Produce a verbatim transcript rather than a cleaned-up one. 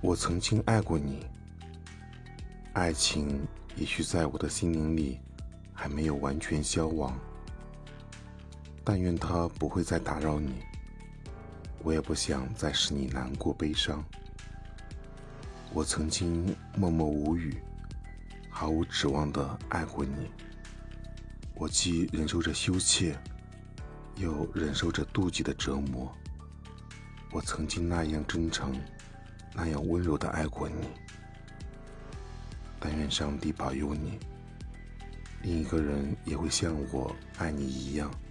我曾经爱过你，爱情也许在我的心灵里还没有完全消亡，但愿它不会再打扰你，我也不想再使你难过悲伤。我曾经默默无语，毫无指望地爱过你，我既忍受着羞怯，又忍受着妒忌的折磨。我曾经那样真诚，那样温柔地爱过你，但愿上帝保佑你，另一个人也会像我爱你一样。